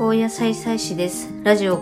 高野菜菜師です。ラジオ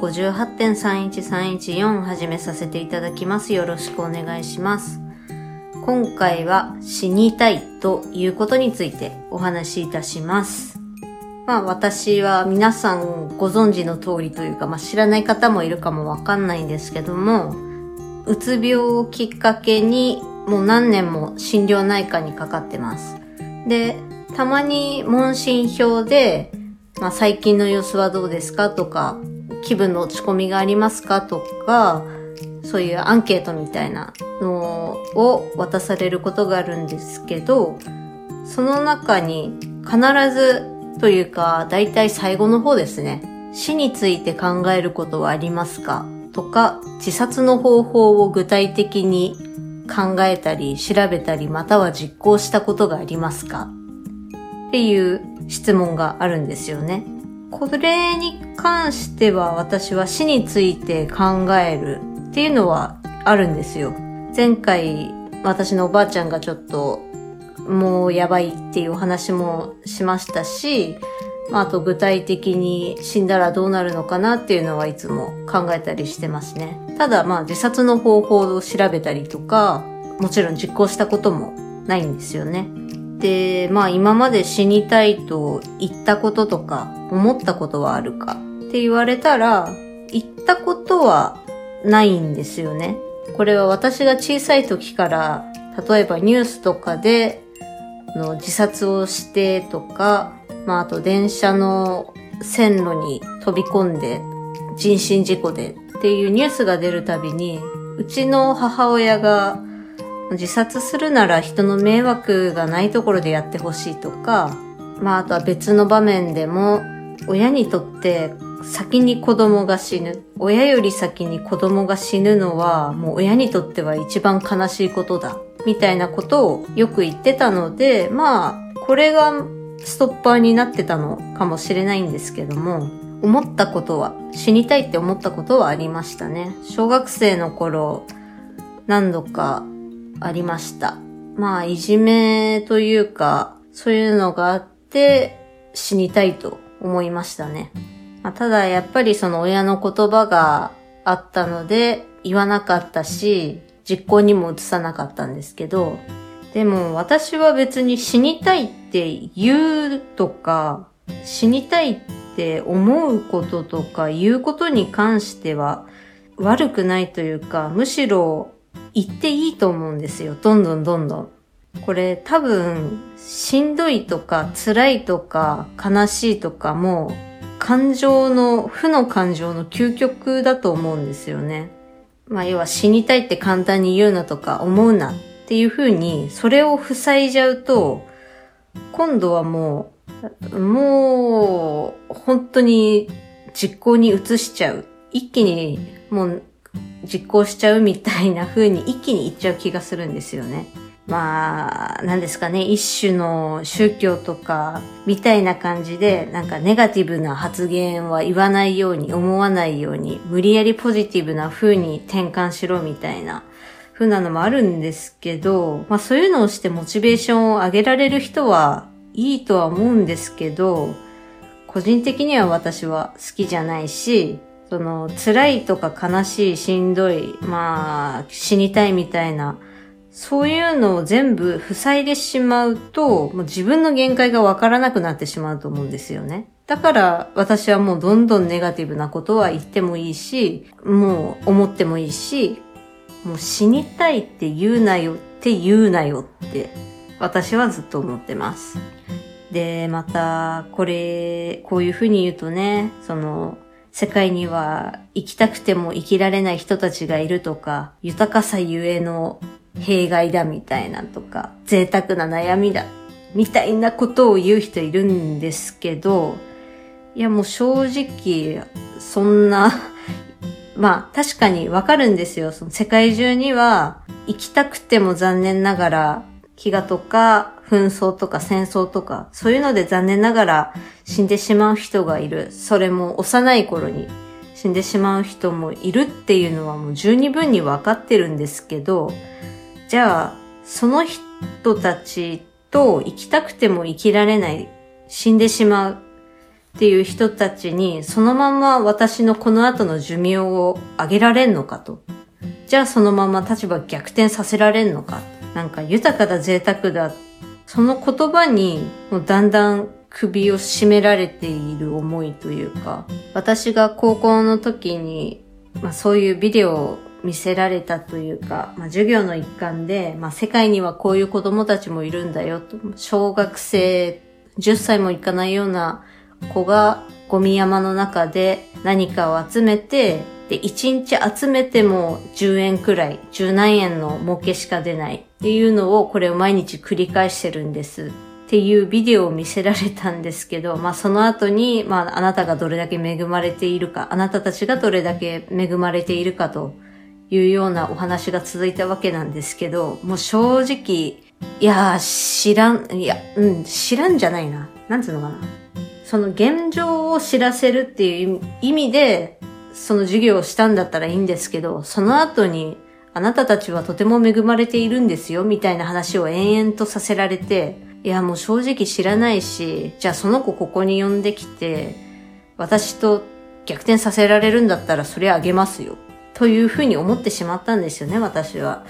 58.31314 を始めさせていただきます。よろしくお願いします。今回は死にたいということについてお話しいたします。私は皆さんご存知の通りというか、知らない方もいるかもわかんないんですけども、うつ病をきっかけにもう何年も心療内科にかかってます。で、たまに問診票で、最近の様子はどうですかとか、気分の落ち込みがありますかとか、そういうアンケートみたいなのを渡されることがあるんですけど、その中に必ずというか、だいたい最後の方ですね。死について考えることはありますかとか、自殺の方法を具体的に考えたり調べたりまたは実行したことがありますかっていう質問があるんですよね。これに関しては私は死について考えるっていうのはあるんですよ。前回私のおばあちゃんがちょっともうやばいっていうお話もしましたし、あと具体的に死んだらどうなるのかなっていうのはいつも考えたりしてますね。ただ自殺の方法を調べたりとか、もちろん実行したこともないんですよね。で、今まで死にたいと言ったこととか思ったことはあるかって言われたら、言ったことはないんですよね。これは私が小さい時から、例えばニュースとかで自殺をしてとか、あと電車の線路に飛び込んで人身事故でっていうニュースが出るたびに、うちの母親が自殺するなら人の迷惑がないところでやってほしいとか、あとは別の場面でも、親にとって先に子供が死ぬ。親より先に子供が死ぬのは、もう親にとっては一番悲しいことだ。みたいなことをよく言ってたので、これがストッパーになってたのかもしれないんですけども、思ったことは、死にたいって思ったことはありましたね。小学生の頃、何度かありました。いじめというか、そういうのがあって死にたいと思いましたね。ただやっぱりその親の言葉があったので言わなかったし、実行にも移さなかったんですけど、でも私は別に死にたいって言うとか、死にたいって思うこととか言うことに関しては悪くないというか、むしろ言っていいと思うんですよ。どんどん。これ多分、しんどいとか辛いとか悲しいとかも負の感情の究極だと思うんですよね。要は死にたいって簡単に言うなとか思うなっていう風に、それを塞いじゃうと、今度はもう本当に実行に移しちゃう。一気にもう実行しちゃうみたいな風に一気にいっちゃう気がするんですよね。何ですかね、一種の宗教とかみたいな感じで、ネガティブな発言は言わないように、思わないように、無理やりポジティブな風に転換しろみたいな風なのもあるんですけど、そういうのをしてモチベーションを上げられる人はいいとは思うんですけど、個人的には私は好きじゃないし、辛いとか悲しい、しんどい、死にたいみたいな、そういうのを全部塞いでしまうと、もう自分の限界がわからなくなってしまうと思うんですよね。だから私はもうどんどんネガティブなことは言ってもいいし、もう思ってもいいし、もう死にたいって言うなよって私はずっと思ってます。で、またこういうふうに言うとね、世界には生きたくても生きられない人たちがいるとか、豊かさゆえの弊害だみたいなとか、贅沢な悩みだみたいなことを言う人いるんですけど、いやもう正直そんな確かにわかるんですよ。世界中には生きたくても残念ながら飢餓とか紛争とか戦争とか、そういうので残念ながら死んでしまう人がいる。それも幼い頃に死んでしまう人もいるっていうのはもう十二分にわかってるんですけど、じゃあその人たちと生きたくても生きられない、死んでしまう。 っていう人たちにそのまま私のこの後の寿命を上げられんのかと。じゃあそのまま立場逆転させられんのか。なんか豊かだ贅沢だ。その言葉にもうだんだん首を絞められている思いというか、私が高校の時に、そういうビデオを見せられたというか、授業の一環で、世界にはこういう子供たちもいるんだよと。小学生10歳もいかないような子がゴミ山の中で何かを集めて、で、1日集めても10円くらい、10何円の儲けしか出ないっていうのをこれを毎日繰り返してるんです。っていうビデオを見せられたんですけど、その後に、あなたがどれだけ恵まれているか、あなたたちがどれだけ恵まれているかというようなお話が続いたわけなんですけど、もう正直、知らんじゃないな。なんつうのかな。その現状を知らせるっていう意味で、その授業をしたんだったらいいんですけど、その後に、あなたたちはとても恵まれているんですよ、みたいな話を延々とさせられて、もう正直知らないし、じゃあその子ここに呼んできて、私と逆転させられるんだったらそれあげますよ。というふうに思ってしまったんですよね、私は。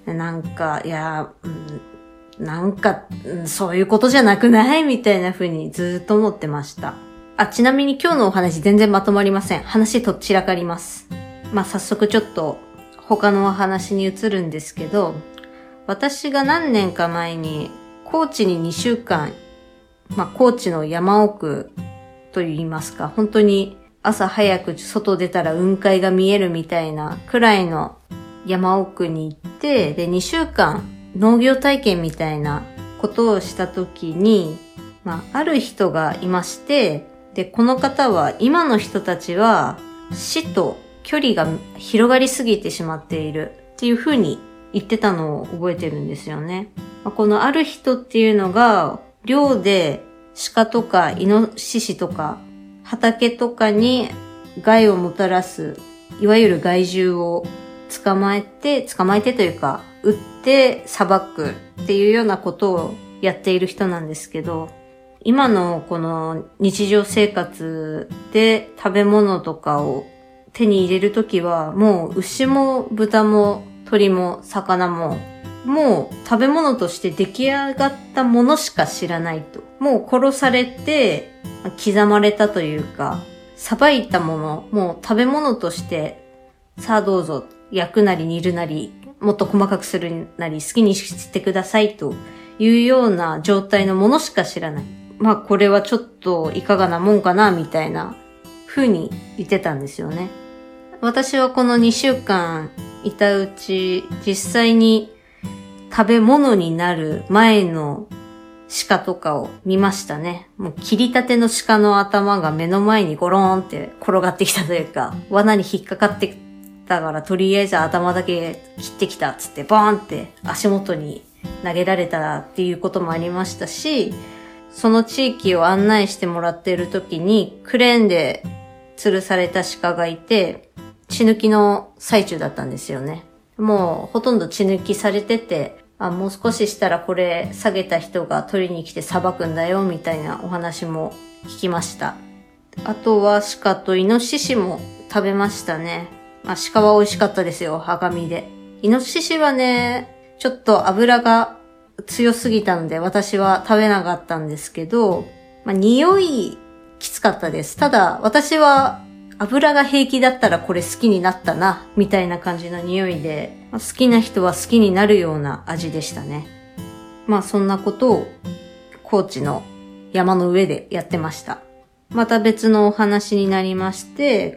そういうことじゃなくないみたいなふうにずっと思ってました。ちなみに今日のお話全然まとまりません。話とっちらかります。早速ちょっと他のお話に移るんですけど、私が何年か前に高知に2週間、高知の山奥と言いますか、本当に朝早く外出たら雲海が見えるみたいなくらいの山奥に行って、で、2週間農業体験みたいなことをしたときに、ある人がいまして、で、この方は今の人たちは死と距離が広がりすぎてしまっているっていう風に言ってたのを覚えてるんですよね。このある人っていうのが猟で鹿とかイノシシとか畑とかに害をもたらすいわゆる害獣を捕まえてというか撃って裁くっていうようなことをやっている人なんですけど、今のこの日常生活で食べ物とかを手に入れるときはもう牛も豚も鳥も魚ももう食べ物として出来上がったものしか知らないと。もう殺されて刻まれたというか、さばいたもの、もう食べ物としてさあどうぞ焼くなり煮るなりもっと細かくするなり好きにしてくださいというような状態のものしか知らない。これはちょっといかがなもんかなみたいな風に言ってたんですよね。私はこの2週間いたうち実際に食べ物になる前の鹿とかを見ましたね。もう切り立ての鹿の頭が目の前にゴローンって転がってきたというか、罠に引っかかってきたからとりあえず頭だけ切ってきたっつってボーンって足元に投げられたっていうこともありましたし、その地域を案内してもらっている時にクレーンで吊るされた鹿がいて血抜きの最中だったんですよね。もうほとんど血抜きされてて、もう少ししたらこれ下げた人が取りに来て裁くんだよみたいなお話も聞きました。あとは鹿とイノシシも食べましたね。鹿は美味しかったですよ、赤身で。イノシシはね、ちょっと油が強すぎたので私は食べなかったんですけど、匂いきつかったです。ただ私は油が平気だったらこれ好きになったな、みたいな感じの匂いで、好きな人は好きになるような味でしたね。そんなことを高知の山の上でやってました。また別のお話になりまして、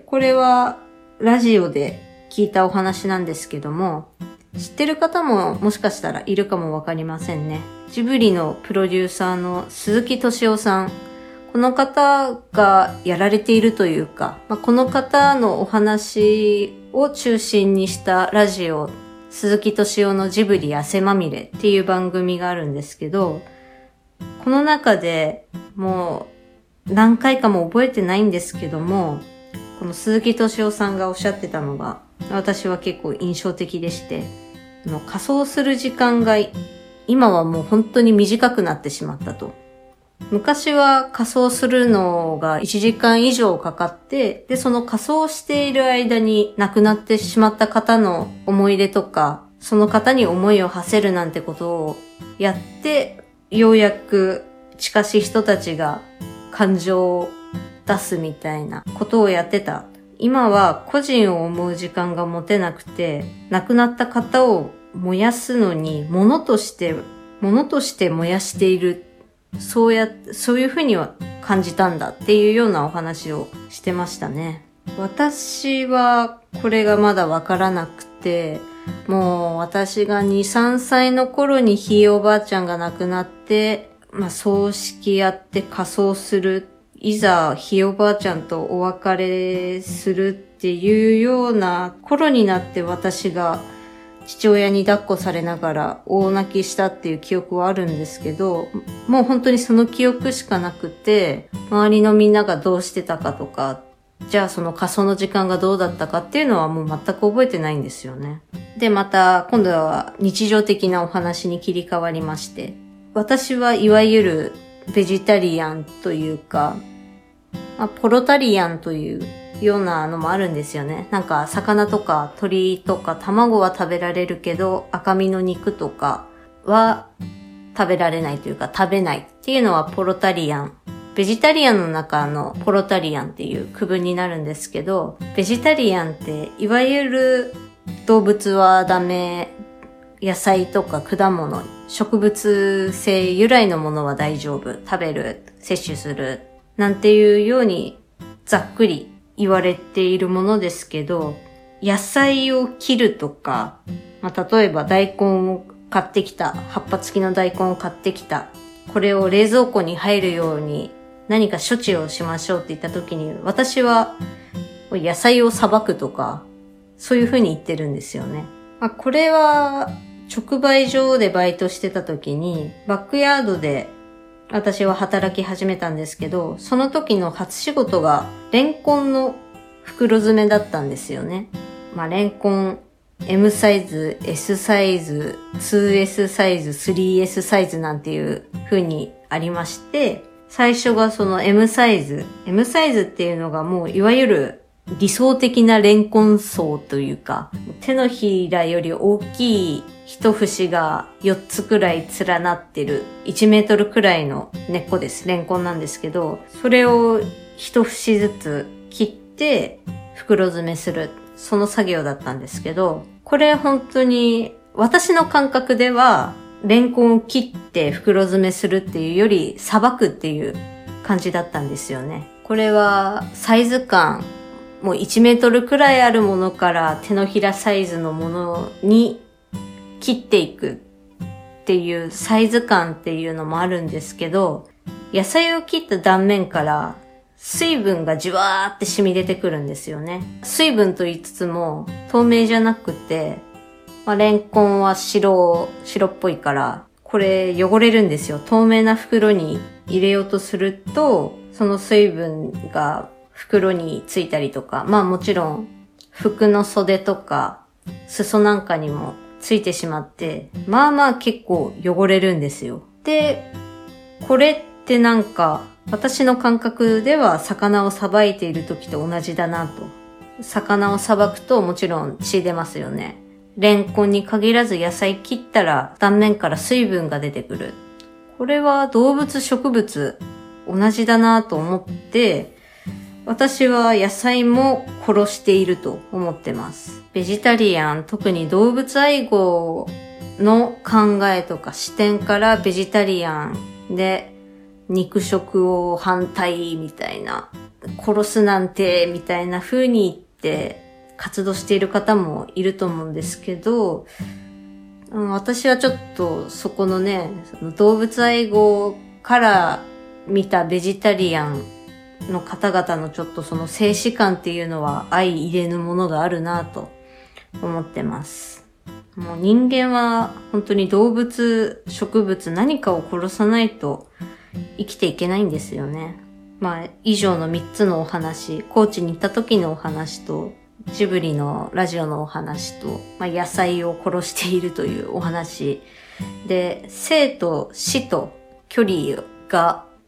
これはラジオで聞いたお話なんですけども、知ってる方ももしかしたらいるかもわかりませんね。ジブリのプロデューサーの鈴木敏夫さん。この方がやられているというか、この方のお話を中心にしたラジオ、鈴木敏夫のジブリ汗まみれっていう番組があるんですけど、この中でもう何回かも覚えてないんですけども、この鈴木敏夫さんがおっしゃってたのが、私は結構印象的でして、仮装する時間が今はもう本当に短くなってしまったと。 昔は仮装するのが1時間以上かかって、で、その仮装している間に亡くなってしまった方の思い出とか、その方に思いを馳せるなんてことをやって、ようやく近しい人たちが感情を出すみたいなことをやってた。今は個人を思う時間が持てなくて、亡くなった方を燃やすのに物として燃やしている。そういうふうには感じたんだっていうようなお話をしてましたね。私はこれがまだわからなくて、もう私が2、3歳の頃にひいおばあちゃんが亡くなって、葬式やって仮装する。いざひいおばあちゃんとお別れするっていうような頃になって私が父親に抱っこされながら大泣きしたっていう記憶はあるんですけど、もう本当にその記憶しかなくて、周りのみんながどうしてたかとか、じゃあその仮装の時間がどうだったかっていうのはもう全く覚えてないんですよね。で、また今度は日常的なお話に切り替わりまして、私はいわゆるベジタリアンというか、ポロタリアンというようなのもあるんですよね。なんか魚とか鳥とか卵は食べられるけど赤身の肉とかは食べられないというか食べないっていうのはポロタリアン。ベジタリアンの中のポロタリアンっていう区分になるんですけど、ベジタリアンっていわゆる動物はダメ、野菜とか果物、植物性由来のものは大丈夫、食べる、摂取するなんていうようにざっくり言われているものですけど、野菜を切るとか、例えば大根を買ってきた、葉っぱ付きの大根を買ってきた、これを冷蔵庫に入るように何か処置をしましょうって言った時に、私は野菜をさばくとか、そういう風に言ってるんですよね。これは直売所でバイトしてた時に、バックヤードで私は働き始めたんですけど、その時の初仕事がレンコンの袋詰めだったんですよね。レンコン M サイズ、S サイズ、2S サイズ、3S サイズなんていう風にありまして、最初がその M サイズっていうのがもういわゆる理想的なレンコン層というか、手のひらより大きい一節が4つくらい連なってる1メートルくらいの根っこです。レンコンなんですけど、それを一節ずつ切って袋詰めする。その作業だったんですけど、これ本当に私の感覚ではレンコンを切って袋詰めするっていうよりさばくっていう感じだったんですよね。これはサイズ感、もう1メートルくらいあるものから手のひらサイズのものに切っていくっていうサイズ感っていうのもあるんですけど、野菜を切った断面から水分がじわーって染み出てくるんですよね。水分と言いつつも透明じゃなくて、レンコンは白っぽいから、これ汚れるんですよ。透明な袋に入れようとすると、その水分が袋についたりとか、もちろん服の袖とか裾なんかにもついてしまって、結構汚れるんですよ。で、これってなんか私の感覚では魚をさばいている時と同じだなと。魚をさばくともちろん血出ますよね。レンコンに限らず野菜切ったら断面から水分が出てくる。これは動物植物同じだなと思って、私は野菜も殺していると思ってます。ベジタリアン、特に動物愛護の考えとか視点からベジタリアンで肉食を反対みたいな、殺すなんてみたいな風に言って活動している方もいると思うんですけど、私はちょっとそこのね、その動物愛護から見たベジタリアンの方々のちょっとその静止感っていうのは相入れぬものがあるなと思ってます。もう人間は本当に動物、植物何かを殺さないと生きていけないんですよね。以上の3つのお話、高知に行った時のお話と、ジブリのラジオのお話と、野菜を殺しているというお話で、生と死と距離が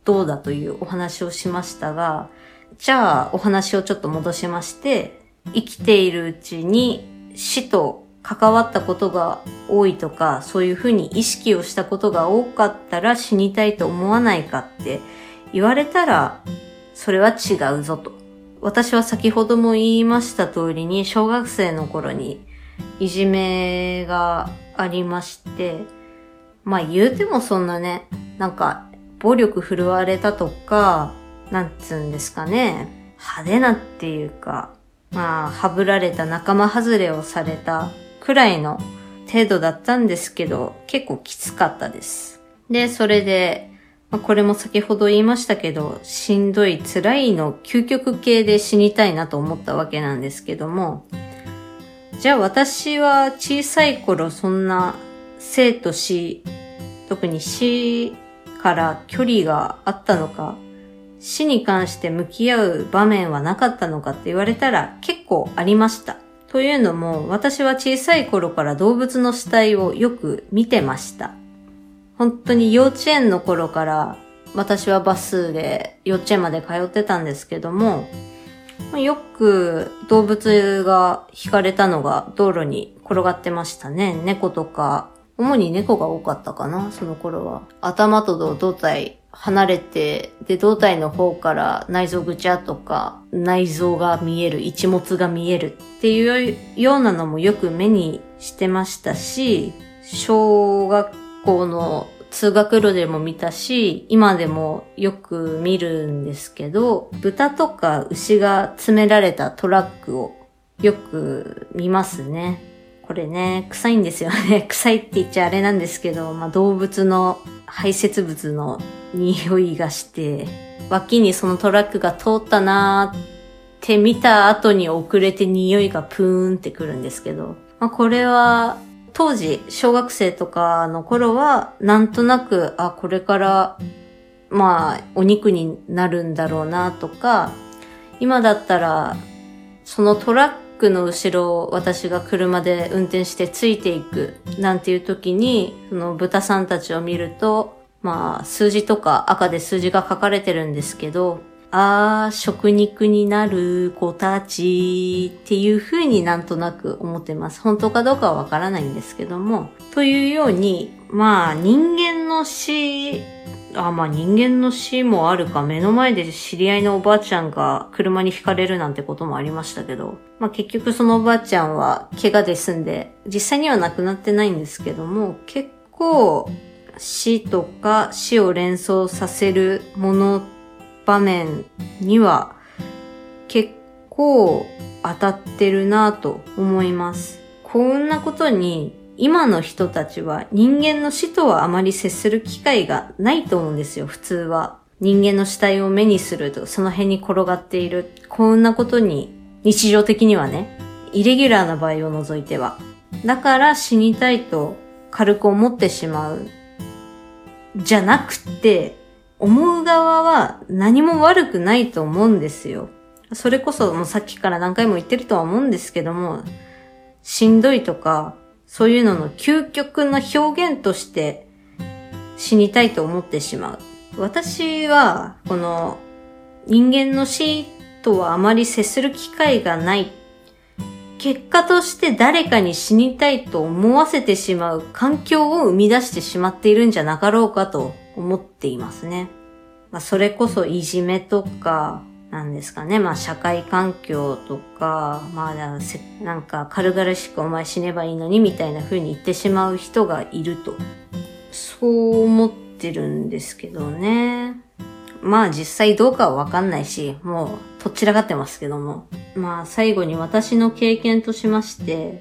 どうだというお話をしましたが、じゃあお話をちょっと戻しまして、生きているうちに死と関わったことが多いとか、そういうふうに意識をしたことが多かったら死にたいと思わないかって言われたら、それは違うぞと。私は先ほども言いました通りに、小学生の頃にいじめがありまして、まあ言うてもそんなね、なんか暴力振るわれたとか、なんつうんですかね、派手なっていうか、まあはぶられた仲間外れをされたくらいの程度だったんですけど、結構きつかったです。で、それで、これも先ほど言いましたけど、しんどい辛いの究極系で死にたいなと思ったわけなんですけども、じゃあ私は小さい頃そんな生と死、特に死から距離があったのか、死に関して向き合う場面はなかったのかって言われたら結構ありました。というのも、私は小さい頃から動物の死体をよく見てました。本当に幼稚園の頃から私はバスで幼稚園まで通ってたんですけども、よく動物が引かれたのが道路に転がってましたね。猫とか、主に猫が多かったかな、その頃は。頭と胴体離れて、で、胴体の方から内臓ぐちゃとか、内臓が見える、一物が見えるっていうようなのもよく目にしてましたし、小学校の通学路でも見たし、今でもよく見るんですけど、豚とか牛が詰められたトラックをよく見ますね。これね、臭いんですよね。臭いって言っちゃあれなんですけど、動物の排泄物の匂いがして、脇にそのトラックが通ったなーって見た後に遅れて匂いがプーンってくるんですけど、これは当時小学生とかの頃はなんとなく、これからお肉になるんだろうなとか、今だったらそのトラックの後ろを私が車で運転してついていくなんていう時に、その豚さんたちを見ると、数字とか赤で数字が書かれてるんですけど、食肉になる子たちっていう風になんとなく思ってます。本当かどうかはわからないんですけども。というように、人間の死、人間の死もあるか、目の前で知り合いのおばあちゃんが車にひかれるなんてこともありましたけど、結局そのおばあちゃんは怪我で済んで、実際には亡くなってないんですけども、結構死とか死を連想させるもの、場面には結構当たってるなぁと思います。こんなことに今の人たちは人間の死とはあまり接する機会がないと思うんですよ、普通は。人間の死体を目にすると、その辺に転がっている。こんなことに日常的にはね、イレギュラーな場合を除いては。だから死にたいと軽く思ってしまう。じゃなくて、思う側は何も悪くないと思うんですよ。それこそもうさっきから何回も言ってるとは思うんですけども、しんどいとか、そういうのの究極の表現として死にたいと思ってしまう。私は、この人間の死とはあまり接する機会がない。結果として誰かに死にたいと思わせてしまう環境を生み出してしまっているんじゃなかろうかと思っていますね。それこそいじめとか、なんですかね。社会環境とか、なんか軽々しくお前死ねばいいのにみたいな風に言ってしまう人がいると。そう思ってるんですけどね。実際どうかはわかんないし、もうとっちらかってますけども。最後に私の経験としまして、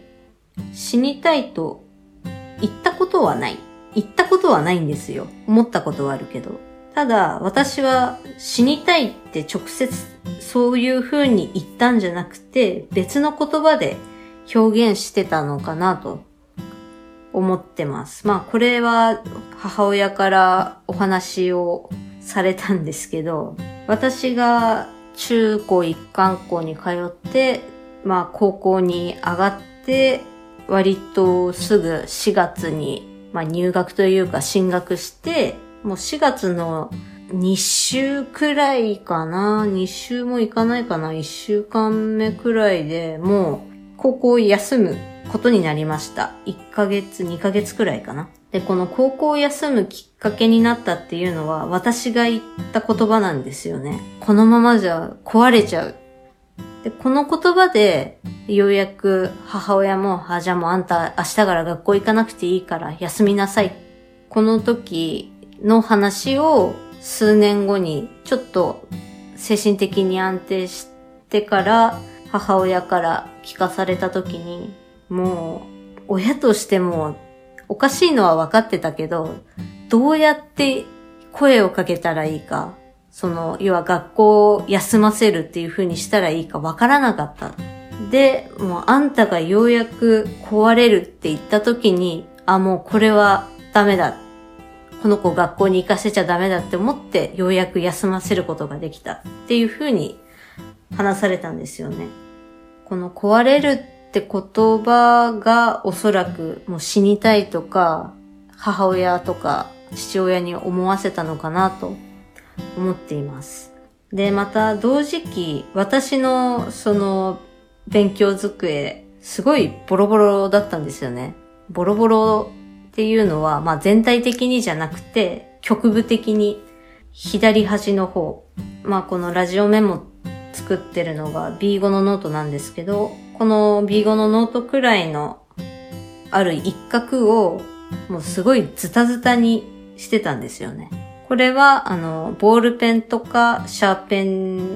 死にたいと言ったことはない。言ったことはないんですよ。思ったことはあるけど。ただ、私は死にたいって直接そういう風に言ったんじゃなくて、別の言葉で表現してたのかなと思ってます。これは母親からお話をされたんですけど、私が中高一貫校に通って、高校に上がって、割とすぐ4月に入学というか進学して、もう4月の 2週くらいかな。2週もいかないかな。1週間目くらいでもう高校を休むことになりました。1ヶ月、2ヶ月くらいかな。で、この高校を休むきっかけになったっていうのは私が言った言葉なんですよね。このままじゃ壊れちゃう。で、この言葉でようやく母親も、じゃあもうあんた明日から学校行かなくていいから休みなさい。この時の話を数年後にちょっと精神的に安定してから母親から聞かされた時に、もう親としてもおかしいのは分かってたけど、どうやって声をかけたらいいか、要は学校を休ませるっていう風にしたらいいか分からなかった。で、もうあんたがようやく壊れるって言った時に、もうこれはダメだ。この子学校に行かせちゃダメだって思って、ようやく休ませることができたっていう風に話されたんですよね。この壊れるって言葉がおそらくもう死にたいとか、母親とか父親に思わせたのかなと思っています。で、また同時期、私の勉強机、すごいボロボロだったんですよね。ボロボロっていうのは、全体的にじゃなくて、局部的に左端の方。このラジオメモ作ってるのが B5 のノートなんですけど、この B5 のノートくらいのある一角をもうすごいズタズタにしてたんですよね。これはボールペンとかシャーペン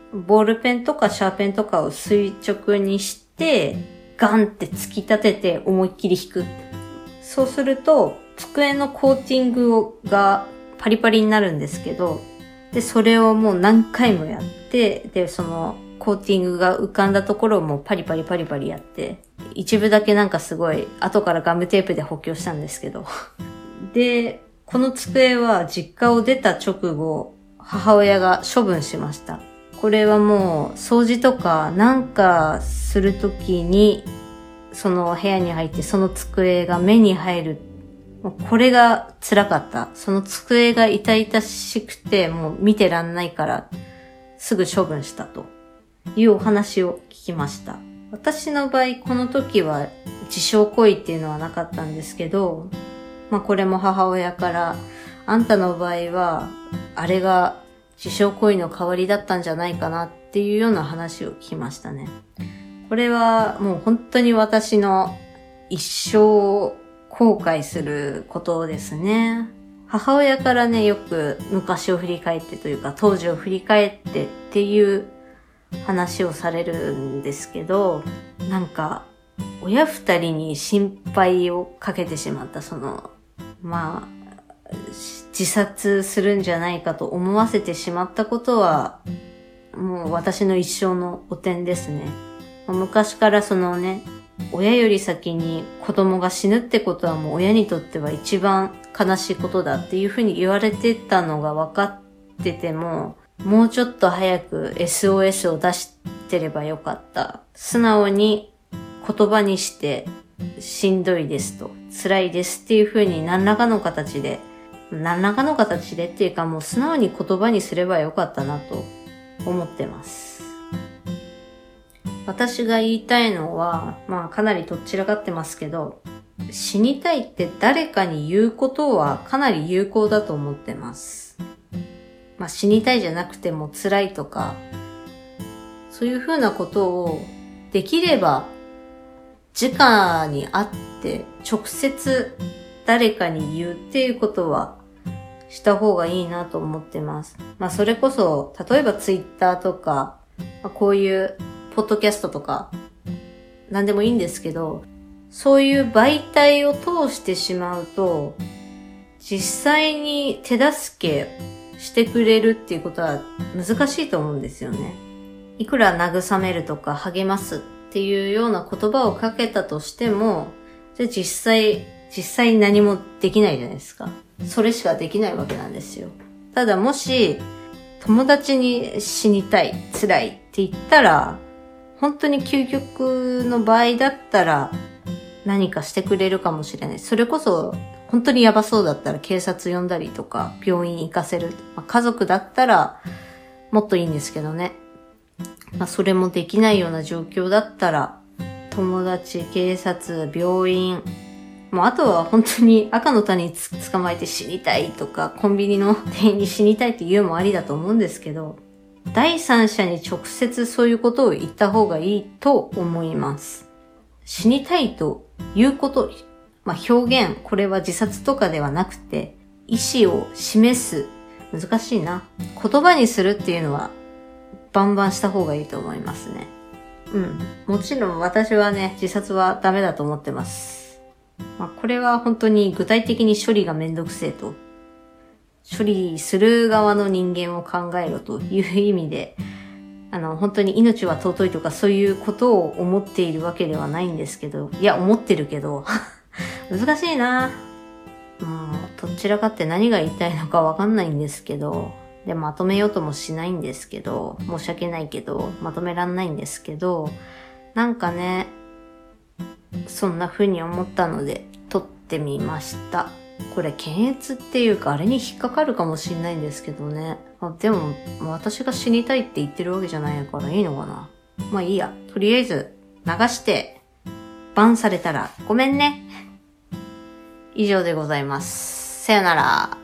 とかを垂直にしてガンって突き立てて思いっきり引く。そうすると机のコーティングがパリパリになるんですけど、でそれをもう何回もやって、でそのコーティングが浮かんだところをもうパリパリやって、一部だけなんかすごい後からガムテープで補強したんですけどでこの机は実家を出た直後、母親が処分しました。これはもう掃除とかなんかするときにその部屋に入ってその机が目に入る。もうこれが辛かった。その机が痛々しくてもう見てらんないからすぐ処分したというお話を聞きました。私の場合この時は自傷行為っていうのはなかったんですけど、これも母親からあんたの場合はあれが自傷行為の代わりだったんじゃないかなっていうような話を聞きましたね。これはもう本当に私の一生後悔することですね。母親からね、よく昔を振り返ってというか当時を振り返ってっていう話をされるんですけど、なんか親二人に心配をかけてしまった自殺するんじゃないかと思わせてしまったことはもう私の一生の汚点ですね。昔から親より先に子供が死ぬってことはもう親にとっては一番悲しいことだっていうふうに言われてたのが分かってても、もうちょっと早く SOS を出してればよかった。素直に言葉にしてしんどいですと、辛いですっていうふうに何らかの形でっていうかもう素直に言葉にすればよかったなと思ってます。私が言いたいのは、かなりとっちらかってますけど、死にたいって誰かに言うことはかなり有効だと思ってます。死にたいじゃなくても辛いとか、そういうふうなことをできれば直に会って直接誰かに言うっていうことはした方がいいなと思ってます。それこそ例えばツイッターとか、こういうポッドキャストとか何でもいいんですけど、そういう媒体を通してしまうと実際に手助けしてくれるっていうことは難しいと思うんですよね。いくら慰めるとか励ますっていうような言葉をかけたとしても、じゃあ実際何もできないじゃないですか。それしかできないわけなんですよ。ただもし友達に死にたい、辛いって言ったら、本当に究極の場合だったら何かしてくれるかもしれない。それこそ本当にやばそうだったら警察呼んだりとか、病院行かせる。家族だったらもっといいんですけどね。それもできないような状況だったら、友達、警察、病院、もうあとは本当に赤の他人捕まえて死にたいとか、コンビニの店員に死にたいって言うのもありだと思うんですけど、第三者に直接そういうことを言った方がいいと思います。死にたいということ、表現、これは自殺とかではなくて、意思を示す。難しいな。言葉にするっていうのは、バンバンした方がいいと思いますね。もちろん私はね、自殺はダメだと思ってます。これは本当に具体的に処理がめんどくせえと。処理する側の人間を考えろという意味で、本当に命は尊いとかそういうことを思っているわけではないんですけど、いや、思ってるけど、難しいな。どちらかって何が言いたいのかわかんないんですけど、で、まとめようともしないんですけど、申し訳ないけど、まとめらんないんですけど、なんかね、そんな風に思ったので、撮ってみました。これ検閲っていうかあれに引っかかるかもしれないんですけどね。でも私が死にたいって言ってるわけじゃないからいいのかな。いいや。とりあえず流してバンされたらごめんね。以上でございます。さよなら。